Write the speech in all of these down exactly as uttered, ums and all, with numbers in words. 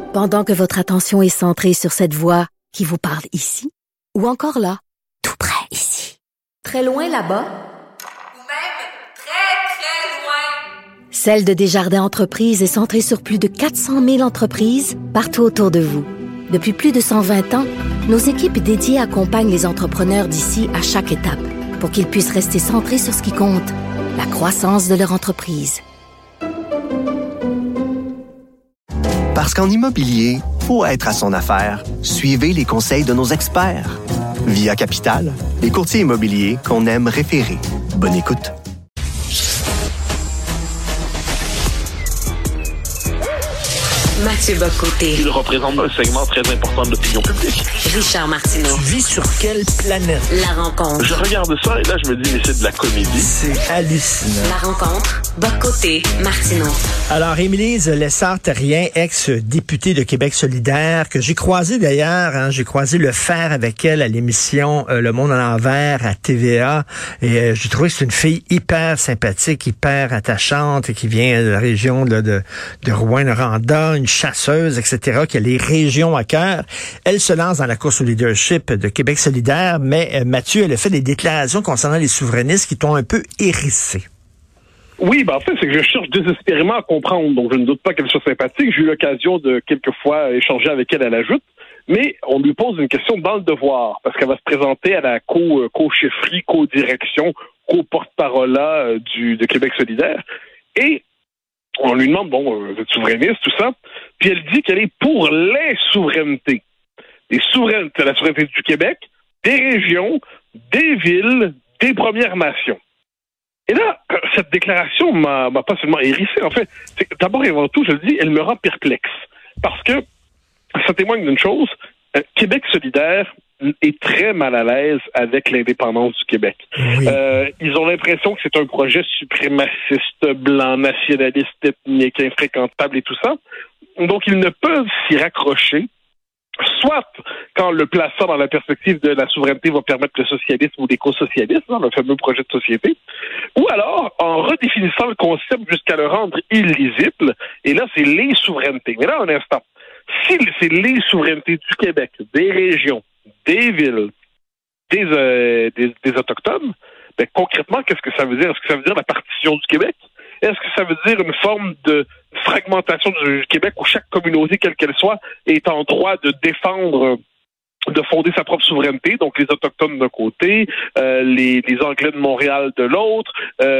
Pendant que votre attention est centrée sur cette voix qui vous parle ici, ou encore là, tout près ici, très loin là-bas, ou même très, très loin, Celle de Desjardins Entreprises est centrée sur plus de quatre cent mille entreprises partout autour de vous. Depuis plus de cent vingt ans, nos équipes dédiées accompagnent les entrepreneurs d'ici à chaque étape pour qu'ils puissent rester centrés sur ce qui compte, la croissance de leur entreprise. Parce qu'en immobilier, pour être à son affaire, suivez les conseils de nos experts. Via Capital, les courtiers immobiliers qu'on aime référer. Bonne écoute. Mathieu Bock-Côté. Il représente un segment très important de l'opinion publique. Richard Martineau. Tu vis sur quelle planète? La rencontre. Je regarde ça et là, je me dis, mais c'est de la comédie. C'est hallucinant. La rencontre. Bock-Côté. Martineau. Alors, Émilise Lessard-Terrien, ex-députée de Québec solidaire, que j'ai croisé d'ailleurs, hein, j'ai croisé le faire avec elle à l'émission euh, Le Monde à l'envers à T V A, et euh, j'ai trouvé que c'est une fille hyper sympathique, hyper attachante, et qui vient de la région là, de, de Rouyn-Noranda, une chasseuse, et cetera, qui a les régions à cœur. Elle se lance dans la course au leadership de Québec solidaire, mais euh, Mathieu, elle a fait des déclarations concernant les souverainistes qui t'ont un peu hérissé. Oui, ben en fait, c'est que je cherche désespérément à comprendre, donc je ne doute pas qu'elle soit sympathique. J'ai eu l'occasion de quelquefois échanger avec elle à la joute, mais on lui pose une question dans le devoir, parce qu'elle va se présenter à la co, co-chefferie, co-direction, co-porte-parole euh, du de Québec solidaire, et on lui demande, bon, vous êtes souverainiste, tout ça, puis elle dit qu'elle est pour les souverainetés. Les souverainetés, la souveraineté du Québec, des régions, des villes, des Premières Nations. Et là, cette déclaration m'a, m'a pas seulement hérissé, en fait. C'est, d'abord et avant tout, je le dis, elle me rend perplexe. Parce que ça témoigne d'une chose, euh, Québec solidaire est très mal à l'aise avec l'indépendance du Québec. Oui. Euh, ils ont l'impression que c'est un projet suprémaciste, blanc, nationaliste, ethnique, infréquentable et tout ça. Donc, ils ne peuvent s'y raccrocher, soit quand le plaçant dans la perspective de la souveraineté va permettre le socialisme ou l'éco-socialisme, hein, le fameux projet de société, ou alors en redéfinissant le concept jusqu'à le rendre illisible, et là, c'est les souverainetés. Mais là, un instant, si c'est les souverainetés du Québec, des régions, des villes, des, euh, des, des Autochtones, ben, concrètement, qu'est-ce que ça veut dire? Est-ce que ça veut dire la partition du Québec? Est-ce que ça veut dire une forme de fragmentation du Québec où chaque communauté, quelle qu'elle soit, est en droit de défendre, de fonder sa propre souveraineté, donc les Autochtones d'un côté, euh, les, les Anglais de Montréal de l'autre,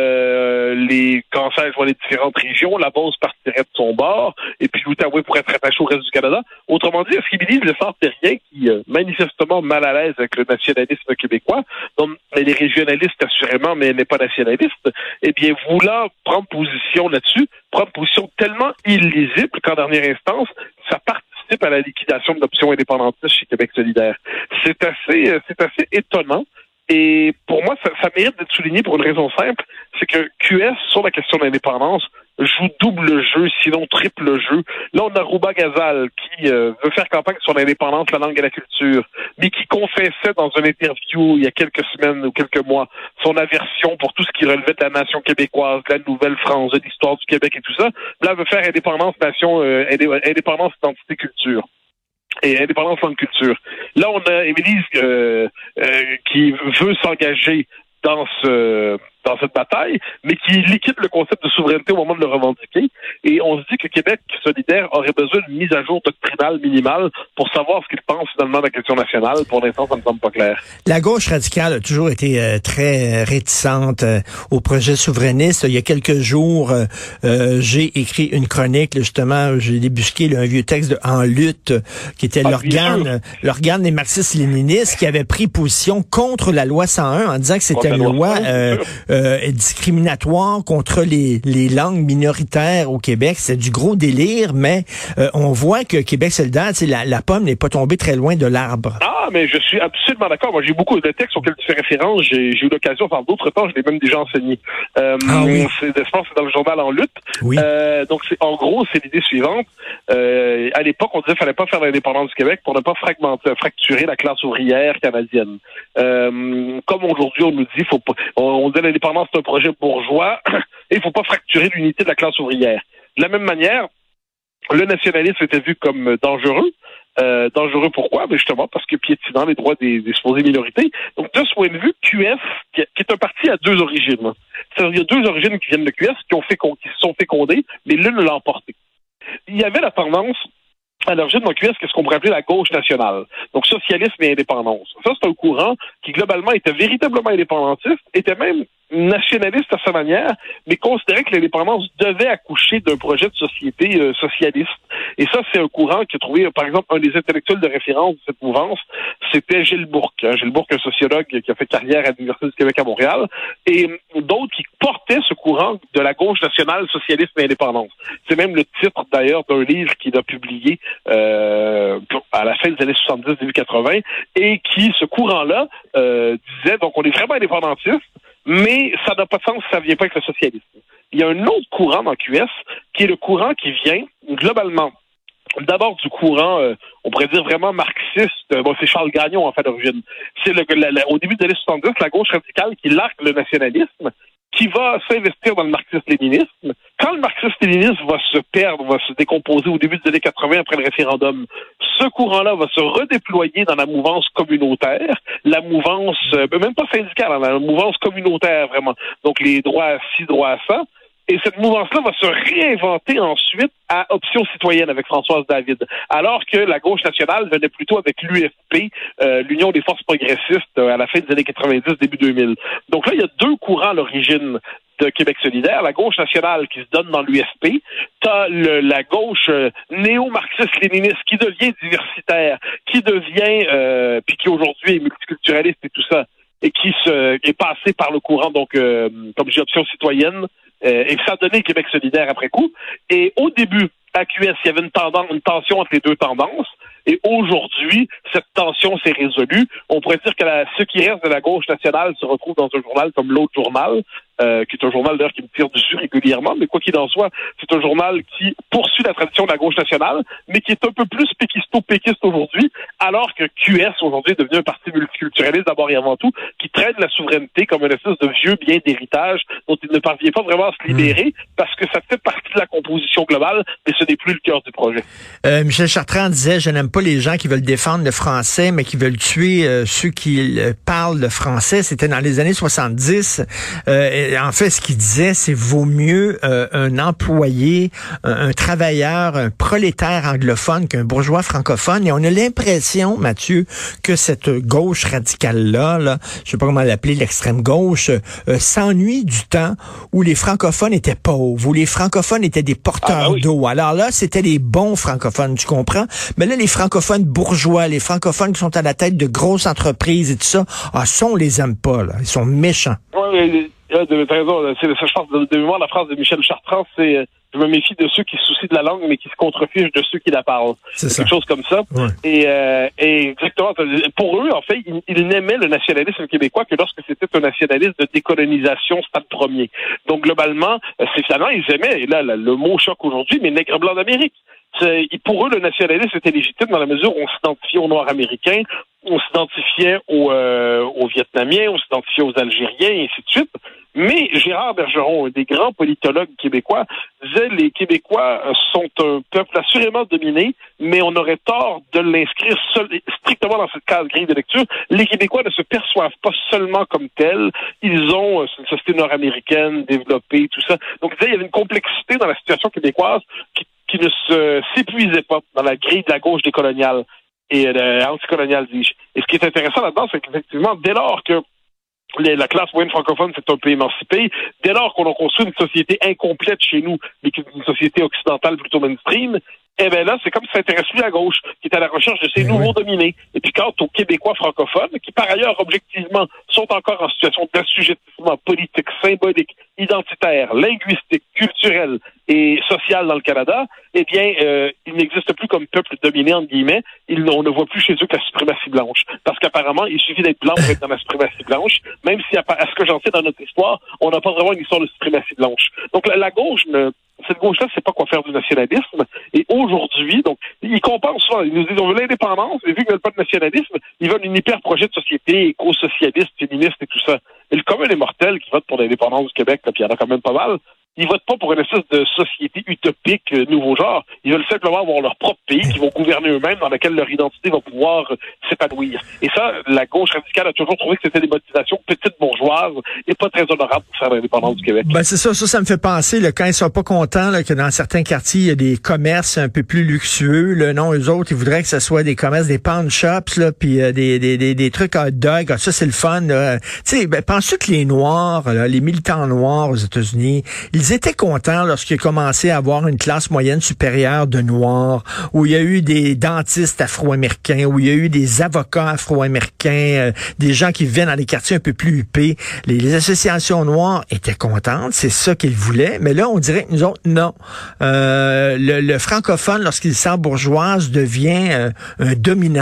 euh, les Français voient les différentes régions, la Beauce partirait de son bord, et puis l'Outaouais pourrait être attaché au reste du Canada. Autrement dit, est-ce qu'ils disent Lessard-Terrien qui euh, manifestement mal à l'aise avec le nationalisme québécois, donc elle est régionaliste assurément, mais elle n'est pas nationaliste, eh bien voulant prendre position là-dessus, prendre position tellement illisible qu'en dernière instance, ça participe à la liquidation de l'option indépendantiste chez Québec solidaire. C'est assez, c'est assez étonnant. Et pour moi, ça, ça mérite d'être souligné pour une raison simple, c'est que Q S, sur la question de l'indépendance, joue double jeu, sinon triple jeu. Là, on a Rouba Gazal qui euh, veut faire campagne sur l'indépendance, la langue et la culture, mais qui confessait dans une interview il y a quelques semaines ou quelques mois son aversion pour tout ce qui relevait de la nation québécoise, de la Nouvelle-France, de l'histoire du Québec et tout ça. Là, elle veut faire indépendance, nation, euh, indépendance, identité, culture. Et indépendance langue culture. Là, on a Émilise euh, euh, qui veut s'engager dans ce dans cette bataille, mais qui liquide le concept de souveraineté au moment de le revendiquer. Et on se dit que Québec solidaire aurait besoin d'une mise à jour doctrinale minimale pour savoir ce qu'il pense finalement de la question nationale. Pour l'instant, ça ne me semble pas clair. La gauche radicale a toujours été euh, très réticente euh, au projet souverainiste. Il y a quelques jours, euh, euh, j'ai écrit une chronique, là, justement, j'ai débusqué là, un vieux texte de En lutte, euh, qui était ah, l'organe euh, l'organe des marxistes-léninistes qui avait pris position contre la loi cent un en disant que c'était une loi euh, euh, discriminatoire contre les, les langues minoritaires au Québec. C'est du gros délire, mais euh, on voit que Québec solidaire, la, la pomme n'est pas tombée très loin de l'arbre. Ah, mais je suis absolument d'accord. Moi, j'ai beaucoup de textes auxquels tu fais référence. J'ai, j'ai eu l'occasion, par d'autres temps, je l'ai même déjà enseigné. Euh, ah oui. C'est, je pense que c'est dans le journal En lutte. Oui. Euh, donc, c'est, en gros, c'est l'idée suivante. Euh, à l'époque, on disait qu'il fallait pas faire l'indépendance du Québec pour ne pas fragmenter, fracturer la classe ouvrière canadienne. Euh, comme aujourd'hui, on nous dit, faut pas, on, on dit l'indépendance c'est un projet bourgeois et il faut pas fracturer l'unité de la classe ouvrière. De la même manière, le nationalisme était vu comme dangereux. Euh, dangereux pourquoi? Ben justement parce que piétinant les droits des, des supposées minorités. Donc de ce point de vue, Q S, qui, qui est un parti à deux origines. C'est-à-dire, il y a deux origines qui viennent de Q S, qui ont fait qui se sont fécondées, mais l'une l'a emporté. Il y avait la tendance à l'origine de Q S, qu'est-ce qu'on pourrait appeler la gauche nationale. Donc, socialisme et indépendance. Ça, c'est un courant qui, globalement, était véritablement indépendantiste, était même nationaliste à sa manière, mais considérait que l'indépendance devait accoucher d'un projet de société euh, socialiste. Et ça, c'est un courant qui a trouvé, par exemple, un des intellectuels de référence de cette mouvance, c'était Gilles Bourque. Hein, Gilles Bourque, un sociologue qui a fait carrière à l'Université du Québec à Montréal, et d'autres qui portaient ce courant de la gauche nationale, socialisme et indépendance. C'est même le titre, d'ailleurs, d'un livre qu'il a publié euh, à la fin des années soixante-dix, début quatre-vingts, et qui, ce courant-là, euh, disait, donc, on est vraiment indépendantiste, mais ça n'a pas de sens si ça ne vient pas avec le socialisme. Il y a un autre courant dans Q S, qui est le courant qui vient, globalement, d'abord du courant, euh, on pourrait dire vraiment marxiste. Euh, bon, c'est Charles Gagnon, en fait, d'origine. C'est le, la, la, au début des années soixante-dix, la gauche radicale qui largue le nationalisme, qui va s'investir dans le marxisme-léninisme. Quand le marxisme-léninisme va se perdre, va se décomposer au début des années quatre-vingts après le référendum, ce courant-là va se redéployer dans la mouvance communautaire, la mouvance, euh, même pas syndicale, hein, la mouvance communautaire, vraiment. Donc, les droits à ci, droits à ça. Et cette mouvance-là va se réinventer ensuite à Option citoyenne avec Françoise David, alors que la gauche nationale venait plutôt avec l'U F P, euh, l'Union des forces progressistes, euh, à la fin des années quatre-vingt-dix, début deux mille. Donc là, il y a deux courants à l'origine de Québec solidaire, la gauche nationale qui se donne dans l'U F P, t'as le, la gauche euh, néo-marxiste-léniniste qui devient diversitaire, qui devient, euh, puis qui aujourd'hui est multiculturaliste et tout ça, et qui se, est passé par le courant, donc, euh, comme j'ai Option citoyenne, Euh, et ça a donné Québec solidaire après coup. Et au début, à Q S, il y avait une tendance, une tension entre les deux tendances. Et aujourd'hui, cette tension s'est résolue. On pourrait dire que la, ce qui reste de la gauche nationale se retrouve dans un journal comme L'Autre Journal, euh, qui est un journal d'ailleurs qui me tire dessus régulièrement, mais quoi qu'il en soit, c'est un journal qui poursuit la tradition de la gauche nationale, mais qui est un peu plus péquisto-péquiste aujourd'hui, alors que Q S aujourd'hui est devenu un parti multiculturaliste d'abord et avant tout, qui traite la souveraineté comme une espèce de vieux bien d'héritage dont il ne parvient pas vraiment à se libérer, parce que ça fait partie de la composition globale, mais ce n'est plus le cœur du projet. Euh, Michel Chartrand disait, je n'aime pas les gens qui veulent défendre le français, mais qui veulent tuer euh, ceux qui euh, parlent le français. C'était dans les années soixante-dix. Euh, en fait, ce qu'il disait, c'est vaut mieux euh, un employé, un, un travailleur, un prolétaire anglophone qu'un bourgeois francophone. Et on a l'impression, Mathieu, que cette gauche radicale-là, là, je sais pas comment l'appeler, l'extrême gauche, euh, s'ennuie du temps où les francophones étaient pauvres, où les francophones étaient des porteurs ah, oui. d'eau. Alors là, c'était les bons francophones, tu comprends? Mais là, les francophones bourgeois, les francophones qui sont à la tête de grosses entreprises et tout ça, ah, ça, on les aime pas, là. Ils sont méchants. Oui, tu as raison. C'est, je pense, de, de mémoire, la phrase de Michel Chartrand, c'est « Je me méfie de ceux qui se soucient de la langue, mais qui se contrefichent de ceux qui la parlent. » C'est, c'est quelque chose comme ça. Ouais. Et, euh, et exactement, pour eux, en fait, ils, ils n'aimaient le nationalisme québécois que lorsque c'était un nationalisme de décolonisation stade premier. Donc, globalement, c'est finalement, ils aimaient, et là, là le mot choque aujourd'hui, mais nègre blanc d'Amérique. C'est, pour eux, le nationalisme était légitime dans la mesure où on s'identifiait aux Noirs américains, on s'identifiait aux, euh, aux Vietnamiens, on s'identifiait aux Algériens, et ainsi de suite. Mais Gérard Bergeron, un des grands politologues québécois, disait les Québécois sont un peuple assurément dominé, mais on aurait tort de l'inscrire seul, strictement dans cette case grille de lecture. Les Québécois ne se perçoivent pas seulement comme tels. Ils ont une société nord-américaine développée, tout ça. Donc, il disait il y avait une complexité dans la situation québécoise qui, qui ne se, s'épuisait pas dans la grille de la gauche décoloniale et euh, anticoloniale, dis-je. Et ce qui est intéressant là-dedans, c'est qu'effectivement, dès lors que Les, la classe moyenne francophone s'est un peu émancipée. Dès lors qu'on a construit une société incomplète chez nous, mais qui est une société occidentale plutôt mainstream, eh bien là, c'est comme si ça intéresse plus la gauche, qui est à la recherche de ces oui. nouveaux dominés. Et puis quant aux Québécois francophones, qui par ailleurs, objectivement, sont encore en situation d'assujettissement politique, symbolique, identitaire, linguistique, culturel et social dans le Canada, eh bien, euh, ils n'existent plus comme peuple dominé, entre guillemets. Ils, on ne voit plus chez eux que la suprématie blanche. Parce qu'apparemment, il suffit d'être blanc pour être dans la suprématie blanche, même si, à, à ce que j'en sais dans notre histoire, on n'a pas vraiment une histoire de suprématie blanche. Donc, la, la gauche, ne, cette gauche-là, ne sait pas quoi faire du nationalisme. Et aujourd'hui, donc, ils compensent souvent. Ils nous disent, on veut l'indépendance, mais vu qu'ils veulent pas de nationalisme, ils veulent une hyper-projet de société éco-socialiste, féministe et tout ça. Et le commun des mortels qui vote pour l'indépendance du Québec, là, puis il y en a quand même pas mal, Ils votent pas pour une espèce de société utopique, euh, nouveau genre. Ils veulent simplement avoir leur propre pays qui vont gouverner eux-mêmes, dans lequel leur identité va pouvoir euh, s'épanouir. Et ça, la gauche radicale a toujours trouvé que c'était des motivations petites bourgeoises et pas très honorables pour faire l'indépendance du Québec. Ben c'est ça, ça, ça me fait penser, là, quand ils sont pas contents, là, que dans certains quartiers, il y a des commerces un peu plus luxueux, là, non, eux autres, ils voudraient que ce soit des commerces, des pawn shops, là, puis euh, des, des, des, des trucs hot dog. Ah, ça, c'est le fun, là. Tu sais, ben, penses-tu que les Noirs, là, les militants noirs aux États-Unis, ils étaient contents lorsqu'ils commençaient à avoir une classe moyenne supérieure de Noirs, où il y a eu des dentistes afro-américains, où il y a eu des avocats afro-américains, euh, des gens qui viennent dans des quartiers un peu plus huppés. Les, les associations noires étaient contentes, c'est ça qu'ils voulaient, mais là, on dirait que nous autres, non. Euh, le, le francophone, lorsqu'il s'embourgeoise, devient euh, un dominant.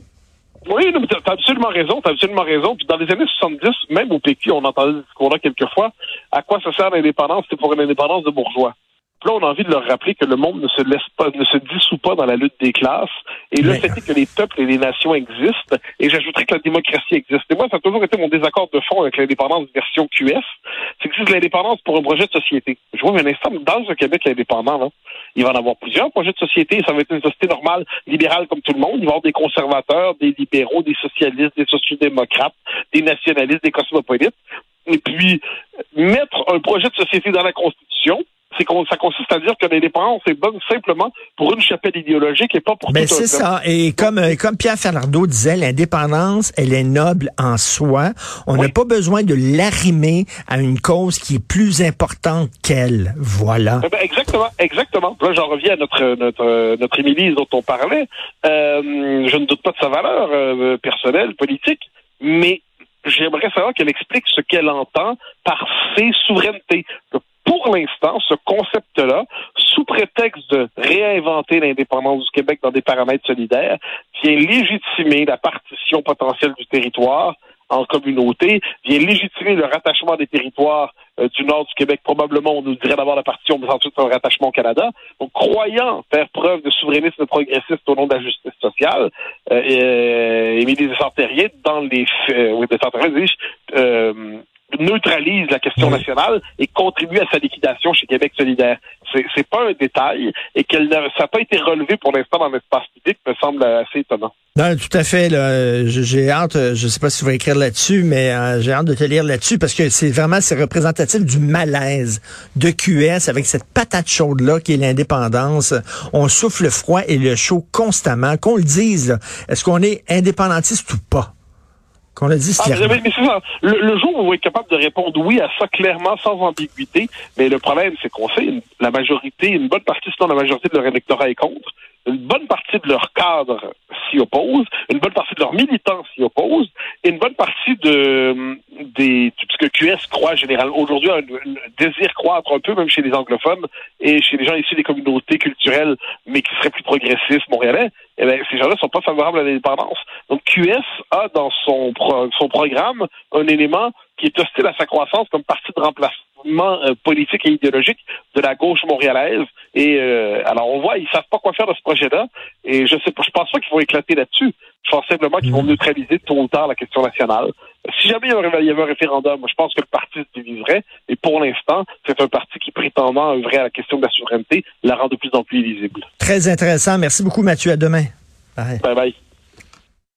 Oui, tu as absolument raison, tu as absolument raison. Puis dans les années soixante-dix, même au P Q, on entendait ce discours-là quelquefois. À quoi ça sert l'indépendance? C'est pour une indépendance de bourgeois. Puis là, on a envie de leur rappeler que le monde ne se laisse pas, ne se dissout pas dans la lutte des classes. Et le fait est que les peuples et les nations existent. Et j'ajouterais que la démocratie existe. Et moi, ça a toujours été mon désaccord de fond avec l'indépendance version Q S. C'est que c'est l'indépendance pour un projet de société. Je vois un instant, dans un Québec indépendant, là, il va en avoir plusieurs projets de société. Ça va être une société normale, libérale comme tout le monde. Il va y avoir des conservateurs, des libéraux, des socialistes, des sociodémocrates, des nationalistes, des cosmopolites. Et puis, mettre un projet de société dans la Constitution, c'est qu'on, ça consiste à dire que l'indépendance est bonne simplement pour une chapelle idéologique et pas pour ben tout un c'est ça. Et comme, euh, comme Pierre Falardeau disait, l'indépendance, elle est noble en soi. On n'a oui. pas besoin de l'arrimer à une cause qui est plus importante qu'elle. Voilà. Eh ben exactement, exactement. Là, j'en reviens à notre notre notre Émilie dont on parlait. Euh, je ne doute pas de sa valeur euh, personnelle, politique, mais j'aimerais savoir qu'elle explique ce qu'elle entend par ses souverainetés. Pour l'instant, ce concept-là, sous prétexte de réinventer l'indépendance du Québec dans des paramètres solidaires, vient légitimer la partition potentielle du territoire en communauté, vient légitimer le rattachement des territoires euh, du nord du Québec. Probablement, on nous dirait d'abord la partition, mais ensuite un rattachement au Canada. Donc, croyant faire preuve de souverainisme progressiste au nom de la justice sociale, euh, euh, Émilie Deschamps-Terrien, dans les euh, oui, Deschamps-Terrien, euh, neutralise la question oui. nationale et contribue à sa liquidation chez Québec solidaire. C'est, c'est pas un détail et qu'elle n'a, ça n'a pas été relevé pour l'instant dans l'espace public, me semble assez étonnant. Non, tout à fait. Là, j'ai hâte, je sais pas si tu vas écrire là-dessus, mais euh, j'ai hâte de te lire là-dessus parce que c'est vraiment c'est représentatif du malaise de Q S avec cette patate chaude-là qui est l'indépendance. On souffle le froid et le chaud constamment. Qu'on le dise, là, est-ce qu'on est indépendantiste ou pas? Qu'on l'a dit, c'est ah, mais, mais c'est ça. Le, le jour où vous êtes capable de répondre oui à ça clairement, sans ambiguïté, mais le problème, c'est qu'on sait, une, la majorité, une bonne partie, sinon la majorité de leur électorat est contre. Une bonne partie de leur cadre s'y oppose, une bonne partie de leurs militants s'y oppose, et une bonne partie de des parce que Q S croit généralement aujourd'hui un, un désir croître un peu même chez les anglophones et chez les gens issus des communautés culturelles, mais qui seraient plus progressistes montréalais. Eh bien, ces gens-là sont pas favorables à l'indépendance. Donc Q S a dans son pro, son programme un élément qui est hostile à sa croissance comme parti de remplacement euh, politique et idéologique de la gauche montréalaise. Et euh, alors on voit, ils savent pas quoi faire de ce projet-là. Et je sais pas, je pense pas qu'ils vont éclater là-dessus. Je pense simplement qu'ils vont neutraliser tôt ou tard la question nationale. Si jamais il y avait, il y avait un référendum, je pense que le parti se diviserait. Et pour l'instant, c'est un parti qui, prétendant œuvrer à la question de la souveraineté, la rend de plus en plus illisible. Très intéressant. Merci beaucoup, Mathieu. À demain. Bye bye. bye.